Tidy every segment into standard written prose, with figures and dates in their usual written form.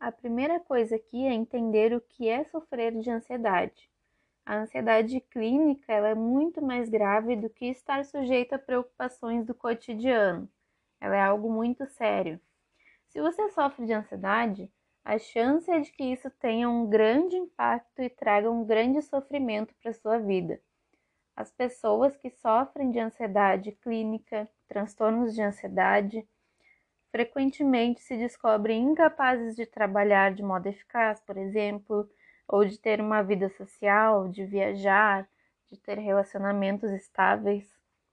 A primeira coisa aqui é entender o que é sofrer de ansiedade. A ansiedade clínica ela é muito mais grave do que estar sujeito a preocupações do cotidiano. Ela é algo muito sério. Se você sofre de ansiedade, a chance é de que isso tenha um grande impacto e traga um grande sofrimento para a sua vida. As pessoas que sofrem de ansiedade clínica, transtornos de ansiedade, frequentemente se descobrem incapazes de trabalhar de modo eficaz, por exemplo, ou de ter uma vida social, de viajar, de ter relacionamentos estáveis.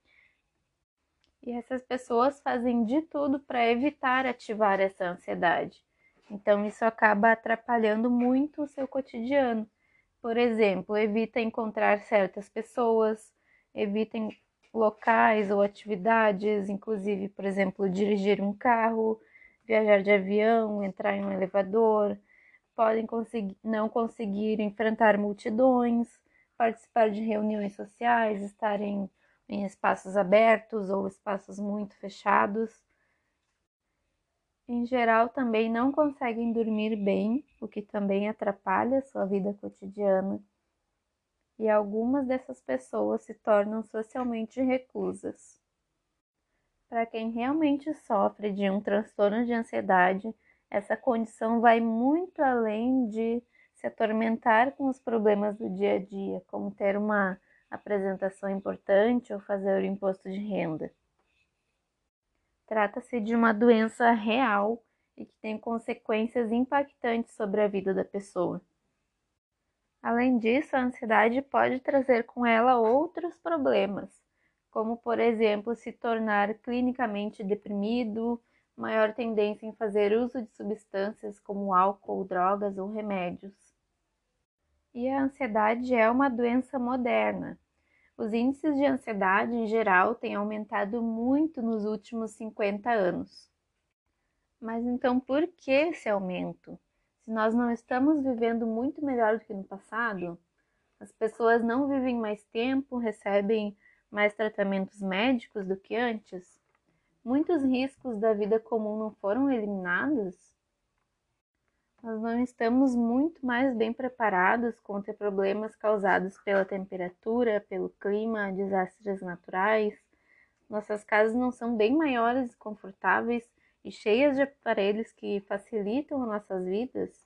E essas pessoas fazem de tudo para evitar ativar essa ansiedade. Então, isso acaba atrapalhando muito o seu cotidiano. Por exemplo, evita encontrar certas pessoas, evitem locais ou atividades, inclusive, por exemplo, dirigir um carro, viajar de avião, entrar em um elevador, podem não conseguir enfrentar multidões, participar de reuniões sociais, estar em espaços abertos ou espaços muito fechados. Em geral, também não conseguem dormir bem, o que também atrapalha a sua vida cotidiana. E algumas dessas pessoas se tornam socialmente reclusas. Para quem realmente sofre de um transtorno de ansiedade, essa condição vai muito além de se atormentar com os problemas do dia a dia, como ter uma apresentação importante ou fazer o imposto de renda. Trata-se de uma doença real e que tem consequências impactantes sobre a vida da pessoa. Além disso, a ansiedade pode trazer com ela outros problemas, como, por exemplo, se tornar clinicamente deprimido, maior tendência em fazer uso de substâncias como álcool, drogas ou remédios. E a ansiedade é uma doença moderna. Os índices de ansiedade, em geral, têm aumentado muito nos últimos 50 anos. Mas então, por que esse aumento? Se nós não estamos vivendo muito melhor do que no passado, as pessoas não vivem mais tempo, recebem mais tratamentos médicos do que antes, muitos riscos da vida comum não foram eliminados, nós não estamos muito mais bem preparados contra problemas causados pela temperatura, pelo clima, desastres naturais. Nossas casas não são bem maiores e confortáveis e cheias de aparelhos que facilitam as nossas vidas.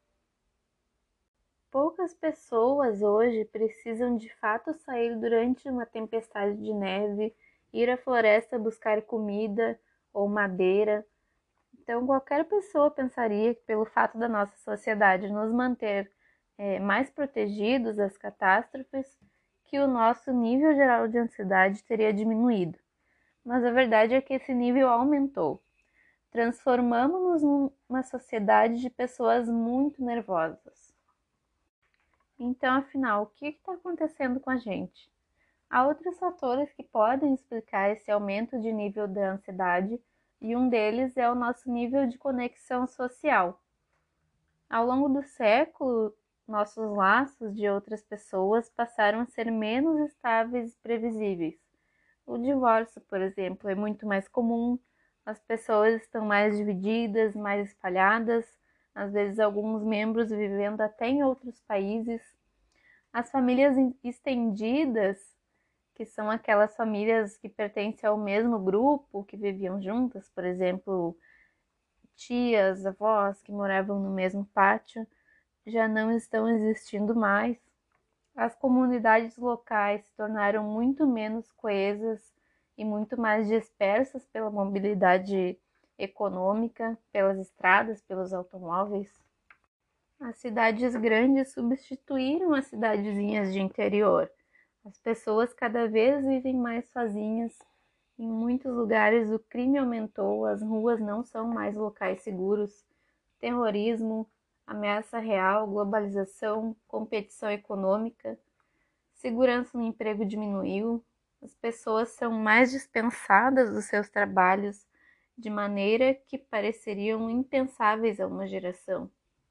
Poucas pessoas hoje precisam de fato sair durante uma tempestade de neve, ir à floresta buscar comida ou madeira. Então, qualquer pessoa pensaria que pelo fato da nossa sociedade nos manter mais protegidos das catástrofes, que o nosso nível geral de ansiedade teria diminuído. Mas a verdade é que esse nível aumentou. Transformamos-nos numa sociedade de pessoas muito nervosas. Então, afinal, o que está acontecendo com a gente? Há outros fatores que podem explicar esse aumento de nível da ansiedade, e um deles é o nosso nível de conexão social. Ao longo do século, nossos laços de outras pessoas passaram a ser menos estáveis e previsíveis. O divórcio, por exemplo, é muito mais comum, as pessoas estão mais divididas, mais espalhadas, às vezes alguns membros vivendo até em outros países. As famílias estendidas, que são aquelas famílias que pertencem ao mesmo grupo, que viviam juntas, por exemplo, tias, avós que moravam no mesmo pátio, já não estão existindo mais. As comunidades locais se tornaram muito menos coesas e muito mais dispersas pela mobilidade econômica, pelas estradas, pelos automóveis. As cidades grandes substituíram as cidadezinhas de interior. As pessoas cada vez vivem mais sozinhas. Em muitos lugares o crime aumentou, as ruas não são mais locais seguros. Terrorismo, ameaça real, globalização, competição econômica, segurança no emprego diminuiu, as pessoas são mais dispensadas dos seus trabalhos de maneira que pareceriam impensáveis a uma geração.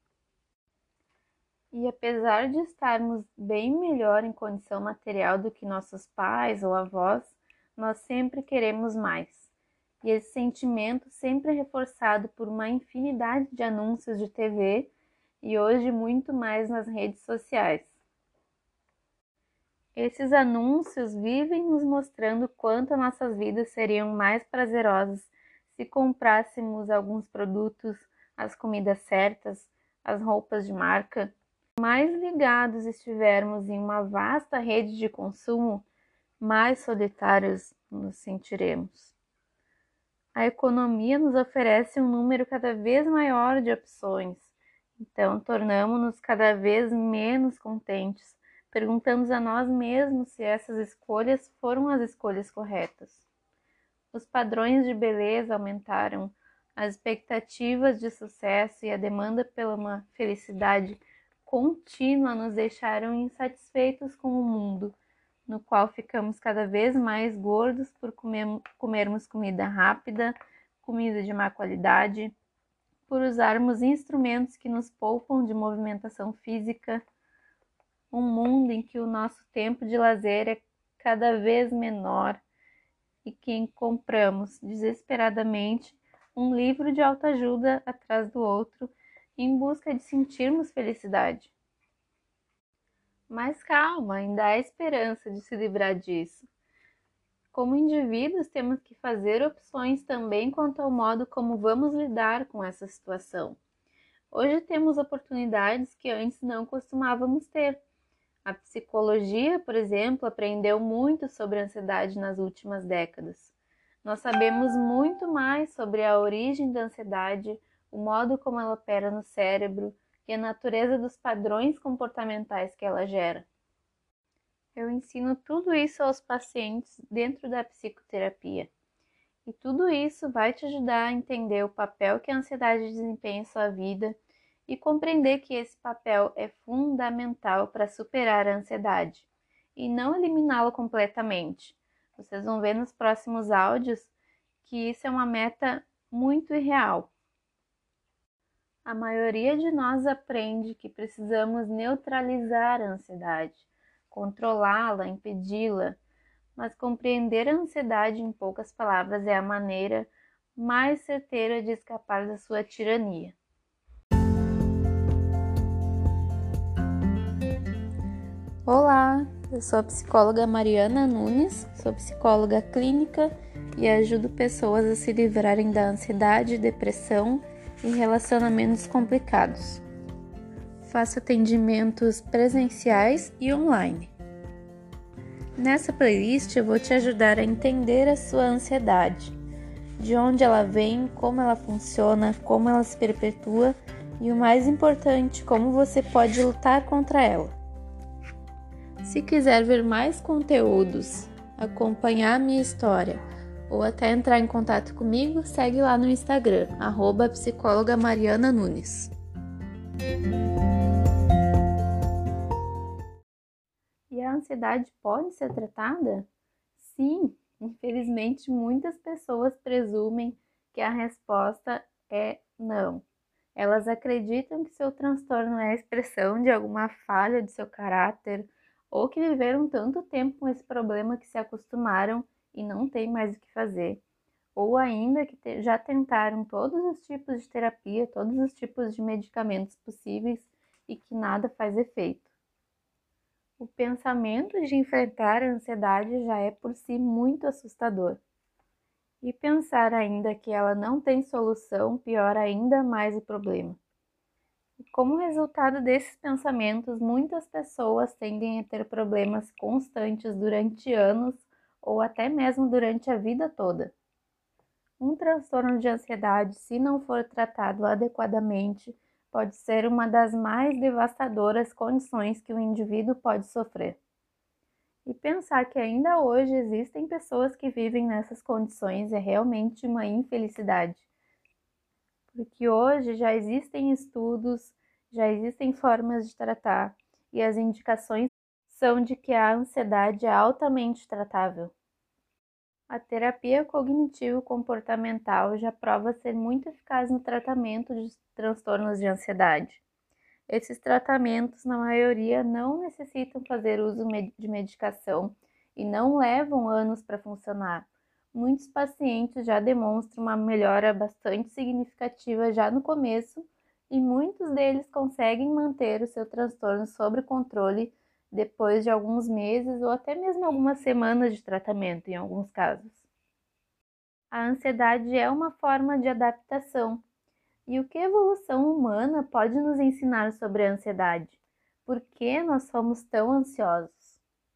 E apesar de estarmos bem melhor em condição material do que nossos pais ou avós, nós sempre queremos mais. E esse sentimento sempre é reforçado por uma infinidade de anúncios de TV e hoje muito mais nas redes sociais. Esses anúncios vivem nos mostrando quanto nossas vidas seriam mais prazerosas se comprássemos alguns produtos, as comidas certas, as roupas de marca. Mais ligados estivermos em uma vasta rede de consumo, mais solitários nos sentiremos. A economia nos oferece um número cada vez maior de opções, então tornamo-nos cada vez menos contentes. Perguntamos a nós mesmos se essas escolhas foram as escolhas corretas. Os padrões de beleza aumentaram, as expectativas de sucesso e a demanda pela uma felicidade contínua nos deixaram insatisfeitos com o mundo, no qual ficamos cada vez mais gordos por comermos comida rápida, comida de má qualidade, por usarmos instrumentos que nos poupam de movimentação física, um mundo em que o nosso tempo de lazer é cada vez menor e que compramos desesperadamente um livro de autoajuda atrás do outro em busca de sentirmos felicidade. Mas calma, ainda há esperança de se livrar disso. Como indivíduos, temos que fazer opções também quanto ao modo como vamos lidar com essa situação. Hoje temos oportunidades que antes não costumávamos ter. A psicologia, por exemplo, aprendeu muito sobre a ansiedade nas últimas décadas. Nós sabemos muito mais sobre a origem da ansiedade, o modo como ela opera no cérebro e a natureza dos padrões comportamentais que ela gera. Eu ensino tudo isso aos pacientes dentro da psicoterapia. E tudo isso vai te ajudar a entender o papel que a ansiedade desempenha em sua vida e compreender que esse papel é fundamental para superar a ansiedade e não eliminá-la completamente. Vocês vão ver nos próximos áudios que isso é uma meta muito irreal. A maioria de nós aprende que precisamos neutralizar a ansiedade, controlá-la, impedi-la, mas compreender a ansiedade, em poucas palavras, é a maneira mais certeira de escapar da sua tirania. Olá, eu sou a psicóloga Mariana Nunes, sou psicóloga clínica e ajudo pessoas a se livrarem da ansiedade, depressão e relacionamentos complicados. Faço atendimentos presenciais e online. Nessa playlist eu vou te ajudar a entender a sua ansiedade, de onde ela vem, como ela funciona, como ela se perpetua e o mais importante, como você pode lutar contra ela. Se quiser ver mais conteúdos, acompanhar a minha história ou até entrar em contato comigo, segue lá no Instagram, @psicóloga Mariana Nunes. E a ansiedade pode ser tratada? Sim, infelizmente muitas pessoas presumem que a resposta é não. Elas acreditam que seu transtorno é a expressão de alguma falha de seu caráter ou que viveram tanto tempo com esse problema que se acostumaram e não tem mais o que fazer, ou ainda que já tentaram todos os tipos de terapia, todos os tipos de medicamentos possíveis e que nada faz efeito. O pensamento de enfrentar a ansiedade já é por si muito assustador. E pensar ainda que ela não tem solução piora ainda mais o problema. E como resultado desses pensamentos, muitas pessoas tendem a ter problemas constantes durante anos ou até mesmo durante a vida toda. Um transtorno de ansiedade, se não for tratado adequadamente, pode ser uma das mais devastadoras condições que o indivíduo pode sofrer. E pensar que ainda hoje existem pessoas que vivem nessas condições é realmente uma infelicidade. Porque hoje já existem estudos, já existem formas de tratar, e as indicações são de que a ansiedade é altamente tratável. A terapia cognitivo-comportamental já prova ser muito eficaz no tratamento de transtornos de ansiedade. Esses tratamentos, na maioria, não necessitam fazer uso de medicação e não levam anos para funcionar. muitos pacientes já demonstram uma melhora bastante significativa já no começo e muitos deles conseguem manter o seu transtorno sob controle depois de alguns meses ou até mesmo algumas semanas de tratamento, em alguns casos. A ansiedade é uma forma de adaptação. E o que a evolução humana pode nos ensinar sobre a ansiedade? Por que nós somos tão ansiosos?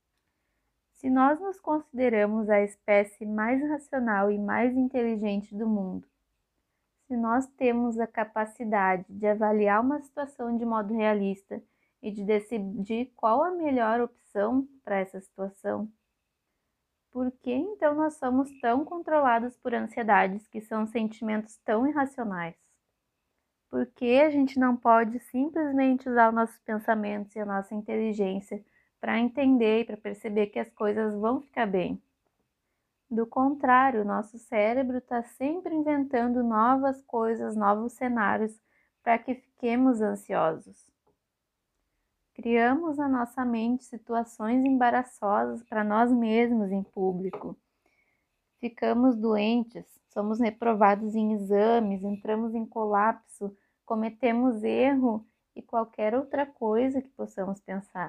Se nós nos consideramos a espécie mais racional e mais inteligente do mundo, se nós temos a capacidade de avaliar uma situação de modo realista e de decidir qual a melhor opção para essa situação, por que então nós somos tão controlados por ansiedades que são sentimentos tão irracionais? Por que a gente não pode simplesmente usar os nossos pensamentos e a nossa inteligência para entender e para perceber que as coisas vão ficar bem? Do contrário, nosso cérebro está sempre inventando novas coisas, novos cenários para que fiquemos ansiosos. Criamos na nossa mente situações embaraçosas para nós mesmos em público. Ficamos doentes, somos reprovados em exames, entramos em colapso, cometemos erro e qualquer outra coisa que possamos pensar.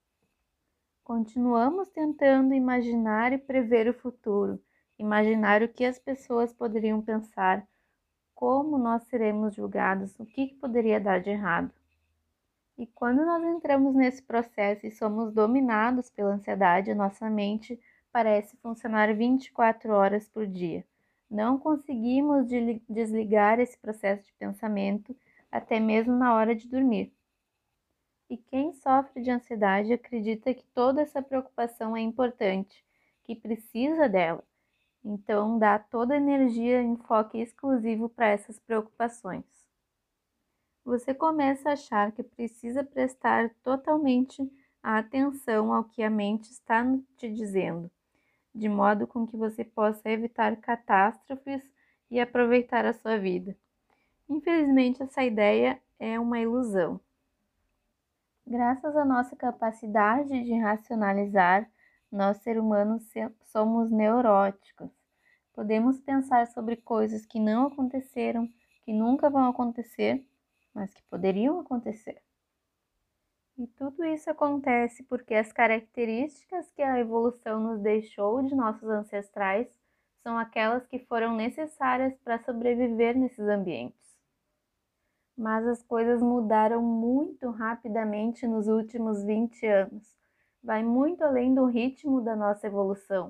Continuamos tentando imaginar e prever o futuro, imaginar o que as pessoas poderiam pensar, como nós seremos julgados, o que poderia dar de errado. E quando nós entramos nesse processo e somos dominados pela ansiedade, a nossa mente parece funcionar 24 horas por dia. Não conseguimos desligar esse processo de pensamento até mesmo na hora de dormir. E quem sofre de ansiedade acredita que toda essa preocupação é importante, que precisa dela. Então dá toda a energia e enfoque exclusivo para essas preocupações. Você começa a achar que precisa prestar totalmente a atenção ao que a mente está te dizendo, de modo com que você possa evitar catástrofes e aproveitar a sua vida. Infelizmente, essa ideia é uma ilusão. Graças à nossa capacidade de racionalizar, nós, seres humanos, somos neuróticos. Podemos pensar sobre coisas que não aconteceram, que nunca vão acontecer, mas que poderiam acontecer. E tudo isso acontece porque as características que a evolução nos deixou de nossos ancestrais são aquelas que foram necessárias para sobreviver nesses ambientes. Mas as coisas mudaram muito rapidamente nos últimos 20 anos. Vai muito além do ritmo da nossa evolução.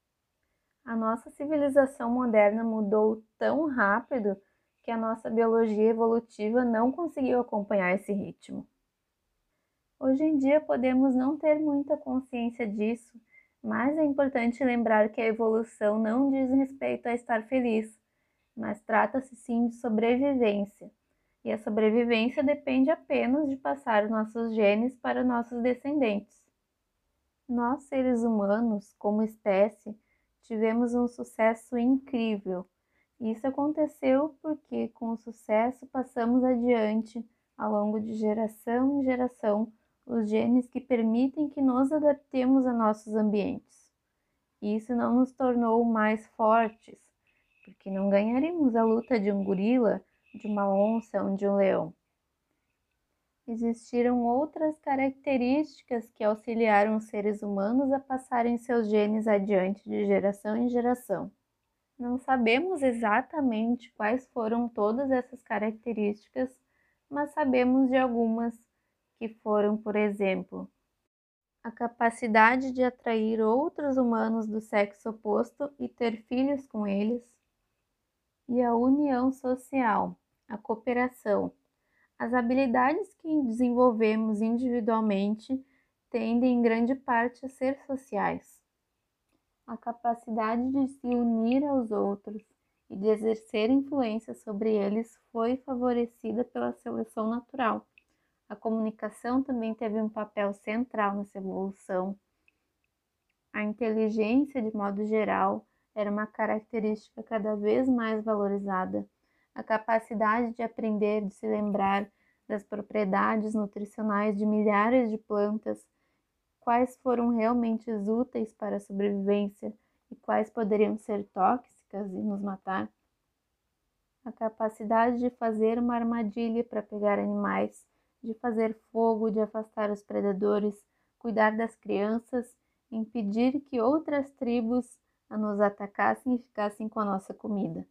A nossa civilização moderna mudou tão rápido que a nossa biologia evolutiva não conseguiu acompanhar esse ritmo. Hoje em dia podemos não ter muita consciência disso, mas é importante lembrar que a evolução não diz respeito a estar feliz, mas trata-se sim de sobrevivência. E a sobrevivência depende apenas de passar nossos genes para nossos descendentes. Nós, seres humanos, como espécie, tivemos um sucesso incrível. Isso aconteceu porque, com o sucesso, passamos adiante, ao longo de geração em geração, os genes que permitem que nos adaptemos a nossos ambientes. Isso não nos tornou mais fortes, porque não ganharíamos a luta de um gorila, de uma onça ou de um leão. Existiram outras características que auxiliaram os seres humanos a passarem seus genes adiante de geração em geração. Não sabemos exatamente quais foram todas essas características, mas sabemos de algumas que foram, por exemplo, a capacidade de atrair outros humanos do sexo oposto e ter filhos com eles, e a união social, a cooperação. As habilidades que desenvolvemos individualmente tendem em grande parte a ser sociais. A capacidade de se unir aos outros e de exercer influência sobre eles foi favorecida pela seleção natural. A comunicação também teve um papel central nessa evolução. A inteligência, de modo geral, era uma característica cada vez mais valorizada. A capacidade de aprender, de se lembrar das propriedades nutricionais de milhares de plantas, quais foram realmente úteis para a sobrevivência e e quais poderiam ser tóxicas e nos matar. A capacidade de fazer uma armadilha para pegar animais, de fazer fogo, de afastar os predadores, cuidar das crianças, impedir que outras tribos nos atacassem e ficassem com a nossa comida.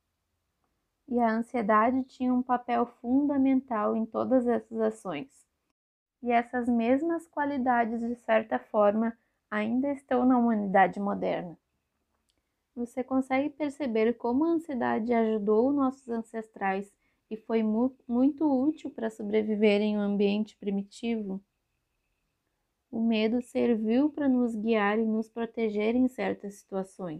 E a ansiedade tinha um papel fundamental em todas essas ações. E essas mesmas qualidades, de certa forma, ainda estão na humanidade moderna. Você consegue perceber como a ansiedade ajudou nossos ancestrais e foi muito útil para sobreviver em um ambiente primitivo? O medo serviu para nos guiar e nos proteger em certas situações.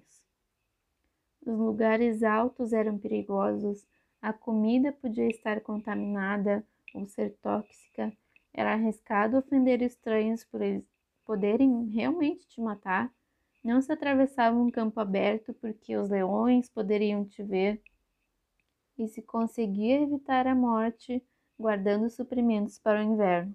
Os lugares altos eram perigosos, a comida podia estar contaminada ou ser tóxica, era arriscado ofender estranhos por eles poderem realmente te matar. Não se atravessava um campo aberto porque os leões poderiam te ver, e se conseguia evitar a morte guardando suprimentos para o inverno.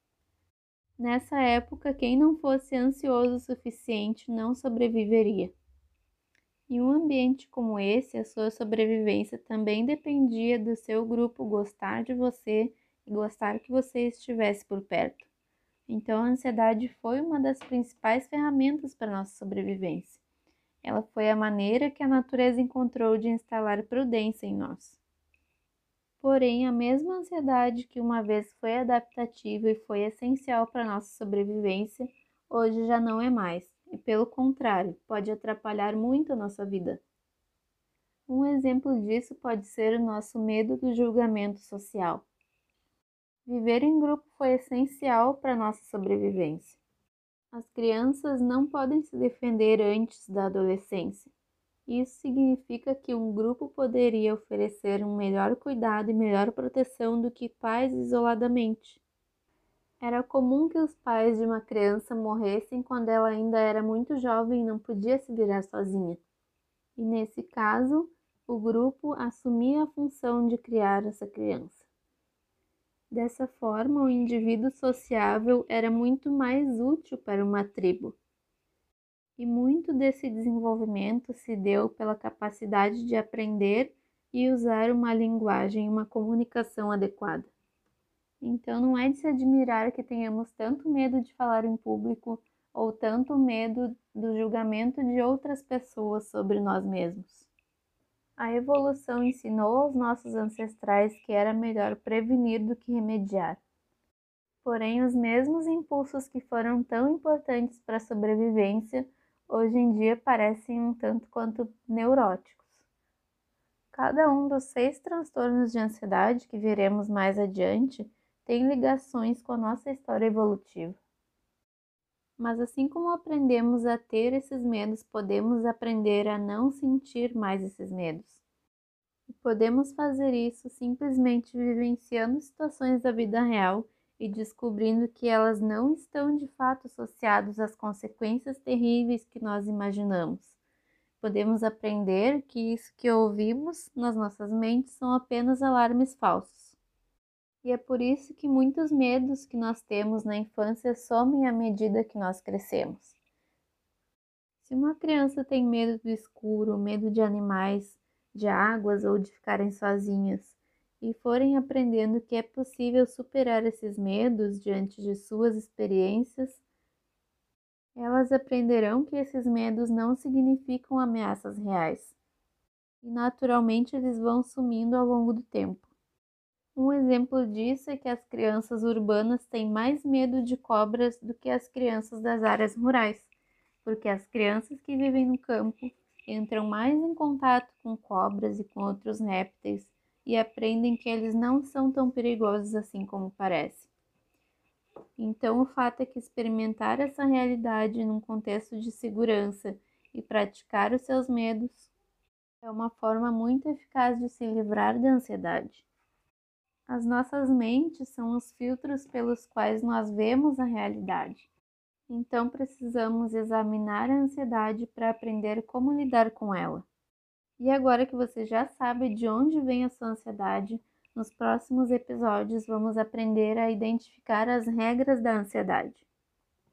Nessa época, quem não fosse ansioso o suficiente não sobreviveria. Em um ambiente como esse, a sua sobrevivência também dependia do seu grupo gostar de você e gostar que você estivesse por perto. Então, a ansiedade foi uma das principais ferramentas para nossa sobrevivência. Ela foi a maneira que a natureza encontrou de instalar prudência em nós. Porém, a mesma ansiedade que uma vez foi adaptativa e foi essencial para nossa sobrevivência, hoje já não é mais, e pelo contrário, pode atrapalhar muito a nossa vida. Um exemplo disso pode ser o nosso medo do julgamento social. Viver em grupo foi essencial para nossa sobrevivência. As crianças não podem se defender antes da adolescência. Isso significa que um grupo poderia oferecer um melhor cuidado e melhor proteção do que pais isoladamente. Era comum que os pais de uma criança morressem quando ela ainda era muito jovem e não podia se virar sozinha. E nesse caso, o grupo assumia a função de criar essa criança. Dessa forma, o indivíduo sociável era muito mais útil para uma tribo. E muito desse desenvolvimento se deu pela capacidade de aprender e usar uma linguagem e uma comunicação adequada. Então, não é de se admirar que tenhamos tanto medo de falar em público ou tanto medo do julgamento de outras pessoas sobre nós mesmos. A evolução ensinou aos nossos ancestrais que era melhor prevenir do que remediar. Porém, os mesmos impulsos que foram tão importantes para a sobrevivência, hoje em dia parecem um tanto quanto neuróticos. Cada um dos 6 transtornos de ansiedade que veremos mais adiante tem ligações com a nossa história evolutiva. Mas assim como aprendemos a ter esses medos, podemos aprender a não sentir mais esses medos. E podemos fazer isso simplesmente vivenciando situações da vida real e descobrindo que elas não estão de fato associadas às consequências terríveis que nós imaginamos. Podemos aprender que isso que ouvimos nas nossas mentes são apenas alarmes falsos. E é por isso que muitos medos que nós temos na infância somem à medida que nós crescemos. Se uma criança tem medo do escuro, medo de animais, de águas ou de ficarem sozinhas, e forem aprendendo que é possível superar esses medos diante de suas experiências, elas aprenderão que esses medos não significam ameaças reais. E naturalmente eles vão sumindo ao longo do tempo. Um exemplo disso é que as crianças urbanas têm mais medo de cobras do que as crianças das áreas rurais, porque as crianças que vivem no campo entram mais em contato com cobras e com outros répteis e aprendem que eles não são tão perigosos assim como parece. Então, o fato é que experimentar essa realidade num contexto de segurança e praticar os seus medos é uma forma muito eficaz de se livrar da ansiedade. As nossas mentes são os filtros pelos quais nós vemos a realidade. Então, precisamos examinar a ansiedade para aprender como lidar com ela. E agora que você já sabe de onde vem a sua ansiedade, nos próximos episódios vamos aprender a identificar as regras da ansiedade.